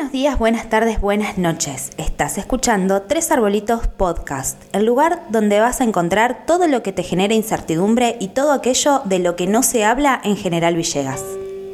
Buenos días, buenas tardes, buenas noches. Estás escuchando Tres Arbolitos Podcast, el lugar donde vas a encontrar todo lo que te genera incertidumbre y todo aquello de lo que no se habla en General Villegas.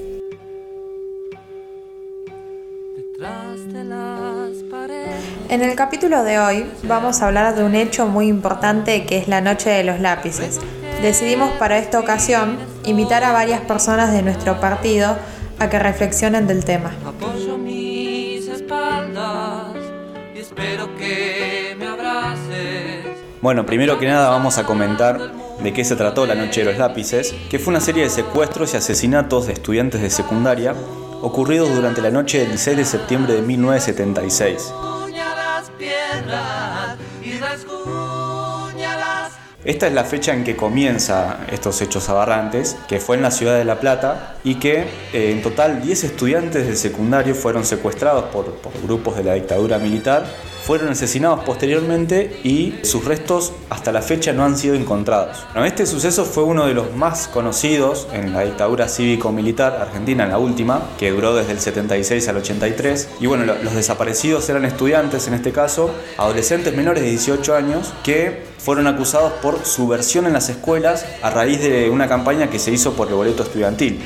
En el capítulo de hoy vamos a hablar de un hecho muy importante que es la Noche de los Lápices. Decidimos para esta ocasión invitar a varias personas de nuestro partido a que reflexionen del tema. Apoyo mis espaldas y espero que me abraces. Bueno, primero que nada vamos a comentar de qué se trató la Noche de los Lápices, que fue una serie de secuestros y asesinatos de estudiantes de secundaria ocurridos durante la noche del 6 de septiembre de 1976. Esta es la fecha en que comienzan estos hechos aberrantes, que fue en la ciudad de La Plata, y que en total 10 estudiantes de secundario fueron secuestrados por grupos de la dictadura militar, fueron asesinados posteriormente y sus restos hasta la fecha no han sido encontrados. Bueno, este suceso fue uno de los más conocidos en la dictadura cívico-militar argentina, en la última, que duró desde el 76 al 83. Y bueno, los desaparecidos eran estudiantes, en este caso, adolescentes menores de 18 años, que fueron acusados por subversión en las escuelas a raíz de una campaña que se hizo por el boleto estudiantil.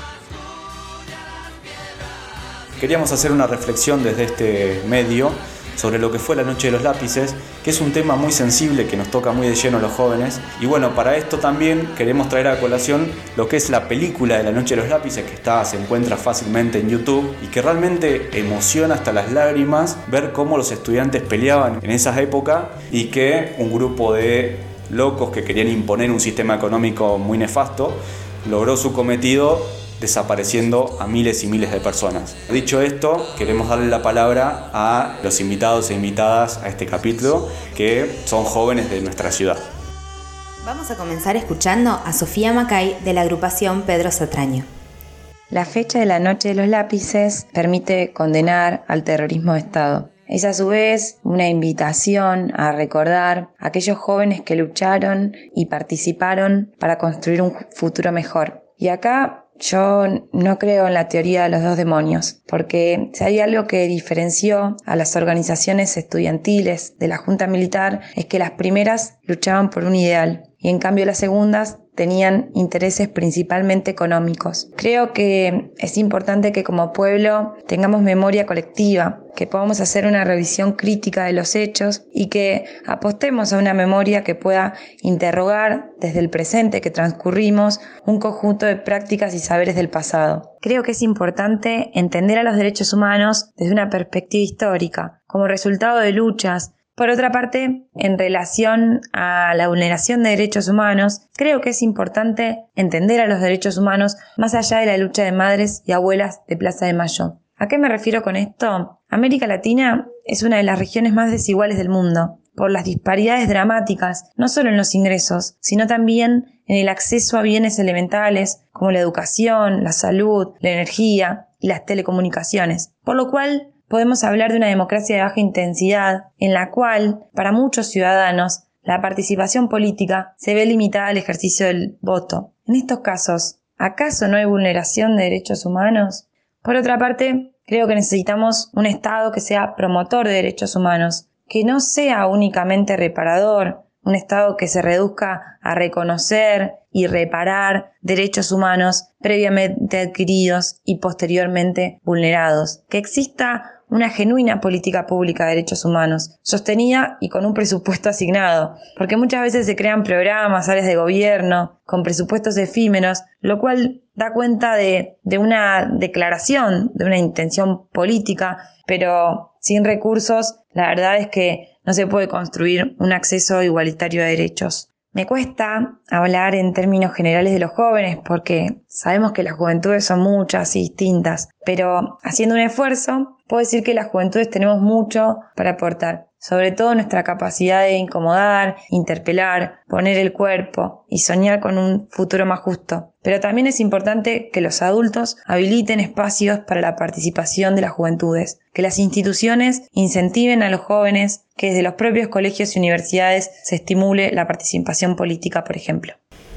Queríamos hacer una reflexión desde este medio sobre lo que fue la Noche de los Lápices, que es un tema muy sensible que nos toca muy de lleno a los jóvenes. Y bueno, para esto también queremos traer a colación lo que es la película de la Noche de los Lápices, que se encuentra fácilmente en YouTube y que realmente emociona hasta las lágrimas ver cómo los estudiantes peleaban en esa época y que un grupo de locos que querían imponer un sistema económico muy nefasto logró su cometido desapareciendo a miles y miles de personas. Dicho esto, queremos darle la palabra a los invitados e invitadas a este capítulo, que son jóvenes de nuestra ciudad. Vamos a comenzar escuchando a Sofía Macay de la agrupación Pedro Satraño. La fecha de la Noche de los Lápices permite condenar al terrorismo de Estado. Es a su vez una invitación a recordar a aquellos jóvenes que lucharon y participaron para construir un futuro mejor. Y acá yo no creo en la teoría de los dos demonios, porque si hay algo que diferenció a las organizaciones estudiantiles de la Junta Militar es que las primeras luchaban por un ideal y en cambio las segundas tenían intereses principalmente económicos. Creo que es importante que como pueblo tengamos memoria colectiva, que podamos hacer una revisión crítica de los hechos y que apostemos a una memoria que pueda interrogar desde el presente que transcurrimos un conjunto de prácticas y saberes del pasado. Creo que es importante entender a los derechos humanos desde una perspectiva histórica, como resultado de luchas. Por otra parte, en relación a la vulneración de derechos humanos, creo que es importante entender a los derechos humanos más allá de la lucha de madres y abuelas de Plaza de Mayo. ¿A qué me refiero con esto? América Latina es una de las regiones más desiguales del mundo, por las disparidades dramáticas, no solo en los ingresos, sino también en el acceso a bienes elementales como la educación, la salud, la energía y las telecomunicaciones. Por lo cual, podemos hablar de una democracia de baja intensidad, en la cual, para muchos ciudadanos, la participación política se ve limitada al ejercicio del voto. En estos casos, ¿acaso no hay vulneración de derechos humanos? Por otra parte, creo que necesitamos un Estado que sea promotor de derechos humanos, que no sea únicamente reparador, un Estado que se reduzca a reconocer y reparar derechos humanos previamente adquiridos y posteriormente vulnerados, que exista una genuina política pública de derechos humanos, sostenida y con un presupuesto asignado, porque muchas veces se crean programas, áreas de gobierno, con presupuestos efímeros, lo cual da cuenta de una declaración, de una intención política, pero sin recursos, la verdad es que no se puede construir un acceso igualitario a derechos. Me cuesta hablar en términos generales de los jóvenes porque sabemos que las juventudes son muchas y distintas, pero haciendo un esfuerzo puedo decir que las juventudes tenemos mucho para aportar, sobre todo nuestra capacidad de incomodar, interpelar, poner el cuerpo y soñar con un futuro más justo. Pero también es importante que los adultos habiliten espacios para la participación de las juventudes, que las instituciones incentiven a los jóvenes, que desde los propios colegios y universidades se estimule la participación política, por ejemplo.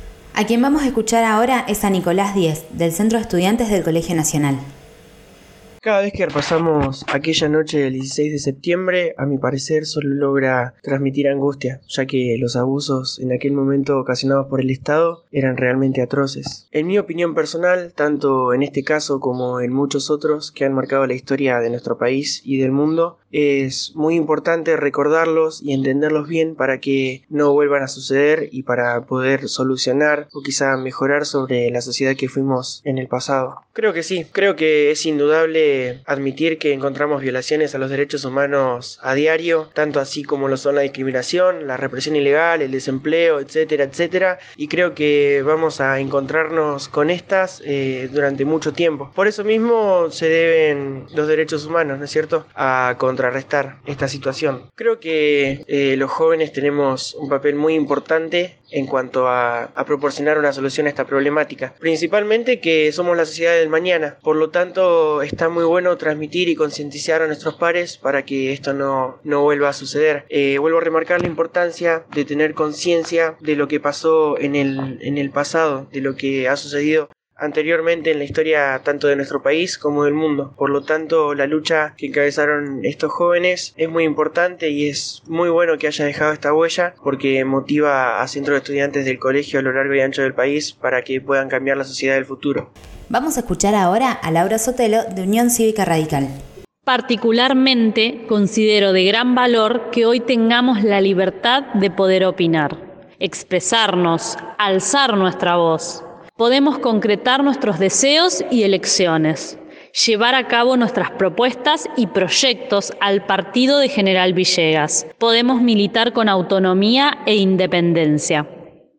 A quien vamos a escuchar ahora es a Nicolás Díez, del Centro de Estudiantes del Colegio Nacional. Cada vez que repasamos aquella noche del 16 de septiembre, a mi parecer solo logra transmitir angustia, ya que los abusos en aquel momento ocasionados por el Estado eran realmente atroces. En mi opinión personal, tanto en este caso como en muchos otros que han marcado la historia de nuestro país y del mundo, es muy importante recordarlos y entenderlos bien para que no vuelvan a suceder y para poder solucionar o quizá mejorar sobre la sociedad que fuimos en el pasado. Creo que sí, creo que es indudable admitir que encontramos violaciones a los derechos humanos a diario, tanto así como lo son la discriminación, la represión ilegal, el desempleo, etcétera, etcétera, y creo que vamos a encontrarnos con estas durante mucho tiempo. Por eso mismo se deben los derechos humanos, ¿no es cierto?, a contrarrestar esta situación. Creo que los jóvenes tenemos un papel muy importante en cuanto a proporcionar una solución a esta problemática, principalmente que somos la sociedad del mañana. Por lo tanto, está muy bueno transmitir y concientizar a nuestros pares para que esto no vuelva a suceder. Vuelvo a remarcar la importancia de tener conciencia de lo que pasó en el pasado, de lo que ha sucedido anteriormente en la historia tanto de nuestro país como del mundo. Por lo tanto, la lucha que encabezaron estos jóvenes es muy importante y es muy bueno que haya dejado esta huella, porque motiva a cientos de estudiantes del colegio a lo largo y ancho del país para que puedan cambiar la sociedad del futuro. Vamos a escuchar ahora a Laura Sotelo de Unión Cívica Radical. Particularmente considero de gran valor que hoy tengamos la libertad de poder opinar, expresarnos, alzar nuestra voz. Podemos concretar nuestros deseos y elecciones, llevar a cabo nuestras propuestas y proyectos al partido de General Villegas. Podemos militar con autonomía e independencia.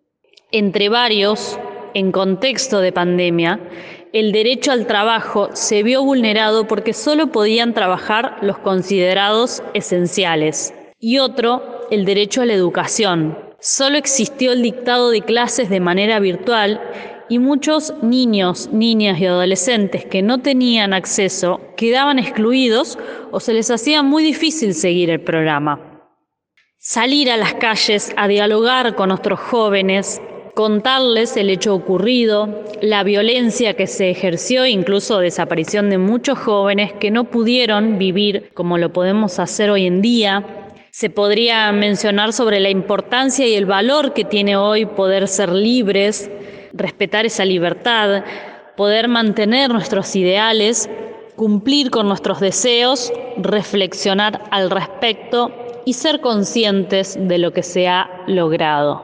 Entre varios, en contexto de pandemia, el derecho al trabajo se vio vulnerado porque solo podían trabajar los considerados esenciales. Y otro, el derecho a la educación. Solo existió el dictado de clases de manera virtual y muchos niños, niñas y adolescentes que no tenían acceso quedaban excluidos o se les hacía muy difícil seguir el programa. Salir a las calles a dialogar con nuestros jóvenes, contarles el hecho ocurrido, la violencia que se ejerció, incluso desaparición de muchos jóvenes que no pudieron vivir como lo podemos hacer hoy en día. Se podría mencionar sobre la importancia y el valor que tiene hoy poder ser libres, respetar esa libertad, poder mantener nuestros ideales, cumplir con nuestros deseos, reflexionar al respecto y ser conscientes de lo que se ha logrado.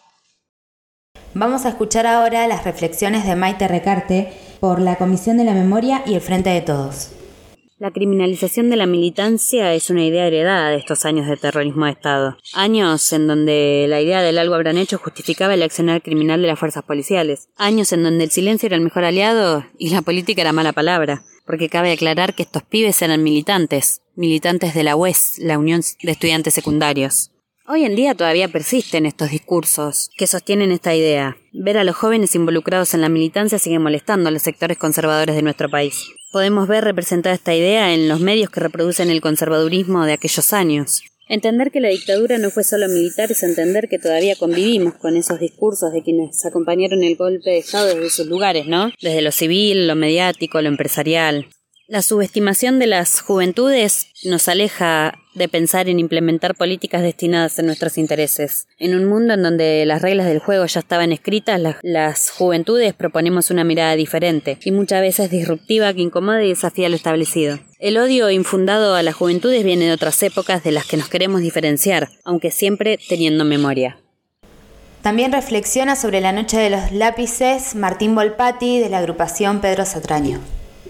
Vamos a escuchar ahora las reflexiones de Maite Recarte por la Comisión de la Memoria y el Frente de Todos. La criminalización de la militancia es una idea heredada de estos años de terrorismo de Estado. Años en donde la idea del algo habrán hecho justificaba el accionar criminal de las fuerzas policiales. Años en donde el silencio era el mejor aliado y la política era mala palabra. Porque cabe aclarar que estos pibes eran militantes de la UES, la Unión de Estudiantes Secundarios. Hoy en día todavía persisten estos discursos que sostienen esta idea. Ver a los jóvenes involucrados en la militancia sigue molestando a los sectores conservadores de nuestro país. Podemos ver representada esta idea en los medios que reproducen el conservadurismo de aquellos años. Entender que la dictadura no fue solo militar es entender que todavía convivimos con esos discursos de quienes acompañaron el golpe de Estado desde sus lugares, ¿no? Desde lo civil, lo mediático, lo empresarial. La subestimación de las juventudes nos aleja de pensar en implementar políticas destinadas a nuestros intereses. En un mundo en donde las reglas del juego ya estaban escritas, las juventudes proponemos una mirada diferente y muchas veces disruptiva que incomoda y desafía lo establecido. El odio infundado a las juventudes viene de otras épocas de las que nos queremos diferenciar, aunque siempre teniendo memoria. También reflexiona sobre la Noche de los Lápices Martín Volpatti de la agrupación Pedro Satraño.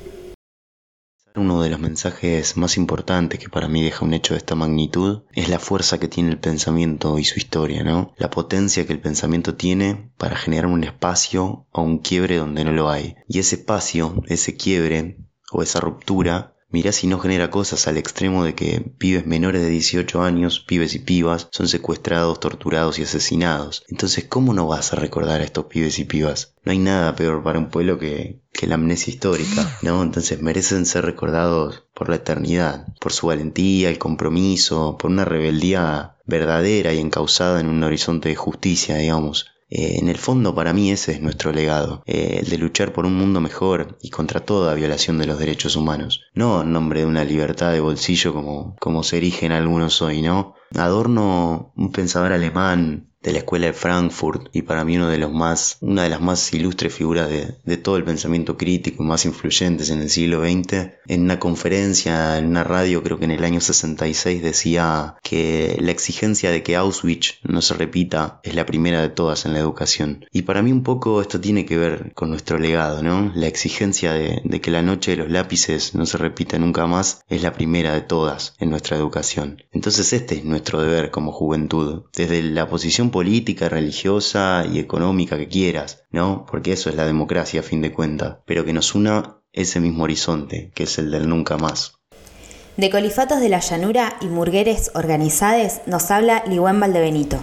Uno de los mensajes más importantes que para mí deja un hecho de esta magnitud es la fuerza que tiene el pensamiento y su historia, ¿no? La potencia que el pensamiento tiene para generar un espacio o un quiebre donde no lo hay. Y ese espacio, ese quiebre o esa ruptura, mirá si no genera cosas al extremo de que pibes menores de 18 años, pibes y pibas, son secuestrados, torturados y asesinados. Entonces, ¿cómo no vas a recordar a estos pibes y pibas? No hay nada peor para un pueblo que la amnesia histórica, ¿no? Entonces merecen ser recordados por la eternidad, por su valentía, el compromiso, por una rebeldía verdadera y encauzada en un horizonte de justicia, digamos. En el fondo, para mí ese es nuestro legado, el de luchar por un mundo mejor y contra toda violación de los derechos humanos. No en nombre de una libertad de bolsillo como se erigen algunos hoy, ¿no? Adorno, un pensador alemán de la escuela de Frankfurt y para mí una de las más ilustres figuras de todo el pensamiento crítico y más influyentes en el siglo XX, en una conferencia, en una radio, creo que en el año 66, decía que la exigencia de que Auschwitz no se repita es la primera de todas en la educación. Y para mí un poco esto tiene que ver con nuestro legado, ¿no? La exigencia de que la noche de los lápices no se repita nunca más es la primera de todas en nuestra educación. Entonces este es nuestro deber como juventud, desde la posición política, religiosa y económica que quieras, ¿no? Porque eso es la democracia a fin de cuentas, pero que nos una ese mismo horizonte, que es el del nunca más. De colifatos de la llanura y murgueres organizades nos habla Ligüen Valdebenito.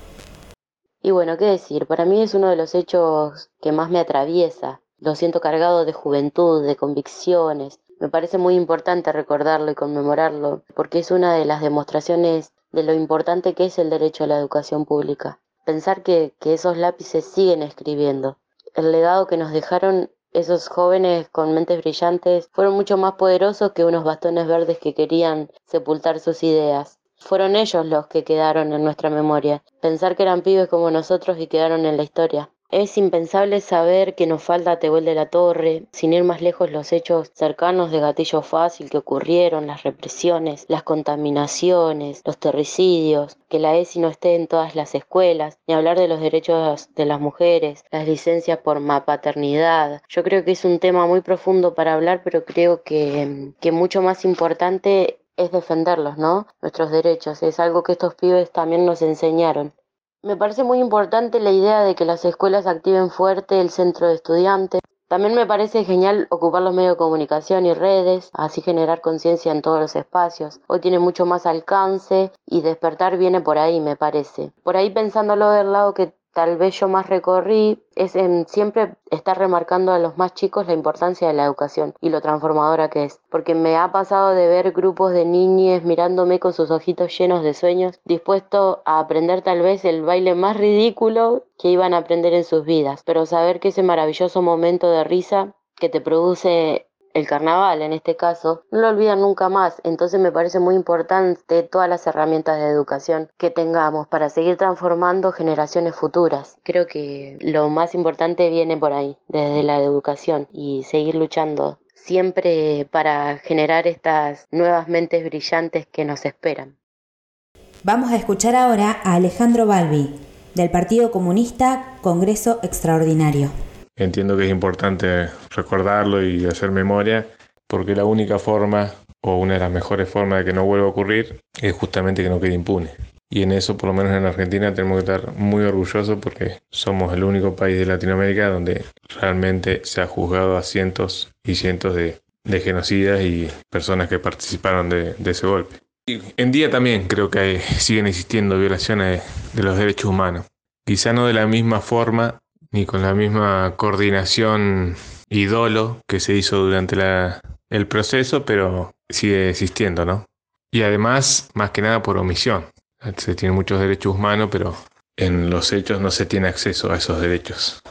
Y bueno, qué decir, para mí es uno de los hechos que más me atraviesa. Lo siento cargado de juventud, de convicciones. Me parece muy importante recordarlo y conmemorarlo, porque es una de las demostraciones de lo importante que es el derecho a la educación pública. Pensar que esos lápices siguen escribiendo. El legado que nos dejaron esos jóvenes con mentes brillantes fueron mucho más poderosos que unos bastones verdes que querían sepultar sus ideas. Fueron ellos los que quedaron en nuestra memoria. Pensar que eran pibes como nosotros y quedaron en la historia. Es impensable saber que nos falta Tehuel de la Torre, sin ir más lejos los hechos cercanos de gatillo fácil que ocurrieron, las represiones, las contaminaciones, los terricidios, que la ESI no esté en todas las escuelas, ni hablar de los derechos de las mujeres, las licencias por maternidad. Yo creo que es un tema muy profundo para hablar, pero creo que mucho más importante es defenderlos, ¿no? Nuestros derechos, es algo que estos pibes también nos enseñaron. Me parece muy importante la idea de que las escuelas activen fuerte el centro de estudiantes. También me parece genial ocupar los medios de comunicación y redes, así generar conciencia en todos los espacios. Hoy tiene mucho más alcance y despertar viene por ahí, me parece. Por ahí pensándolo del lado que tal vez yo más recorrí, es en siempre estar remarcando a los más chicos la importancia de la educación y lo transformadora que es. Porque me ha pasado de ver grupos de niñes mirándome con sus ojitos llenos de sueños, dispuestos a aprender tal vez el baile más ridículo que iban a aprender en sus vidas. Pero saber que ese maravilloso momento de risa que te produce el carnaval, en este caso, no lo olvidan nunca más. Entonces me parece muy importante todas las herramientas de educación que tengamos para seguir transformando generaciones futuras. Creo que lo más importante viene por ahí, desde la educación, y seguir luchando siempre para generar estas nuevas mentes brillantes que nos esperan. Vamos a escuchar ahora a Alejandro Balbi, del Partido Comunista Congreso Extraordinario. Entiendo que es importante recordarlo y hacer memoria, porque la única forma, o una de las mejores formas de que no vuelva a ocurrir, es justamente que no quede impune. Y en eso, por lo menos en Argentina, tenemos que estar muy orgullosos porque somos el único país de Latinoamérica donde realmente se ha juzgado a cientos y cientos de genocidas y personas que participaron de ese golpe. Y en día también creo que siguen existiendo violaciones de los derechos humanos. Quizá no de la misma forma ni con la misma coordinación y dolo que se hizo durante el proceso, pero sigue existiendo, ¿no? Y además, más que nada por omisión. Se tiene muchos derechos humanos, pero en los hechos no se tiene acceso a esos derechos.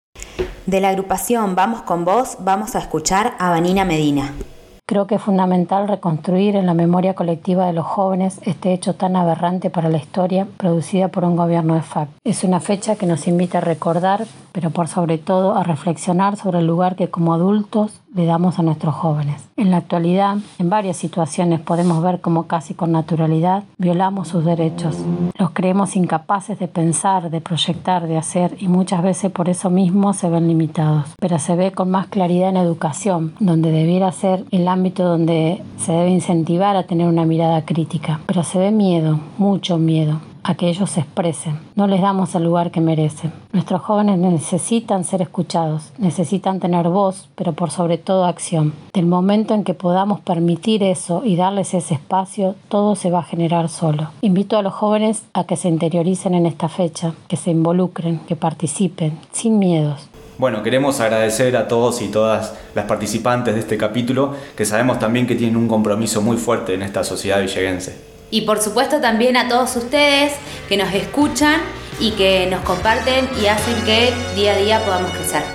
De la agrupación Vamos con Vos, vamos a escuchar a Vanina Medina. Creo que es fundamental reconstruir en la memoria colectiva de los jóvenes este hecho tan aberrante para la historia producida por un gobierno de facto. Es una fecha que nos invita a recordar, pero por sobre todo a reflexionar sobre el lugar que como adultos le damos a nuestros jóvenes. En la actualidad, en varias situaciones podemos ver cómo casi con naturalidad violamos sus derechos. Los creemos incapaces de pensar, de proyectar, de hacer y muchas veces por eso mismo se ven limitados. Pero se ve con más claridad en educación, donde debiera ser el ámbito donde se debe incentivar a tener una mirada crítica. Pero se ve miedo, mucho miedo, a que ellos se expresen. No les damos el lugar que merecen. Nuestros jóvenes necesitan ser escuchados, necesitan tener voz, pero por sobre todo acción. Del momento en que podamos permitir eso y darles ese espacio, todo se va a generar solo. Invito a los jóvenes a que se interioricen en esta fecha, que se involucren, que participen, sin miedos. Bueno, queremos agradecer a todos y todas las participantes de este capítulo, que sabemos también que tienen un compromiso muy fuerte en esta sociedad villeguense. Y por supuesto también a todos ustedes que nos escuchan y que nos comparten y hacen que día a día podamos crecer.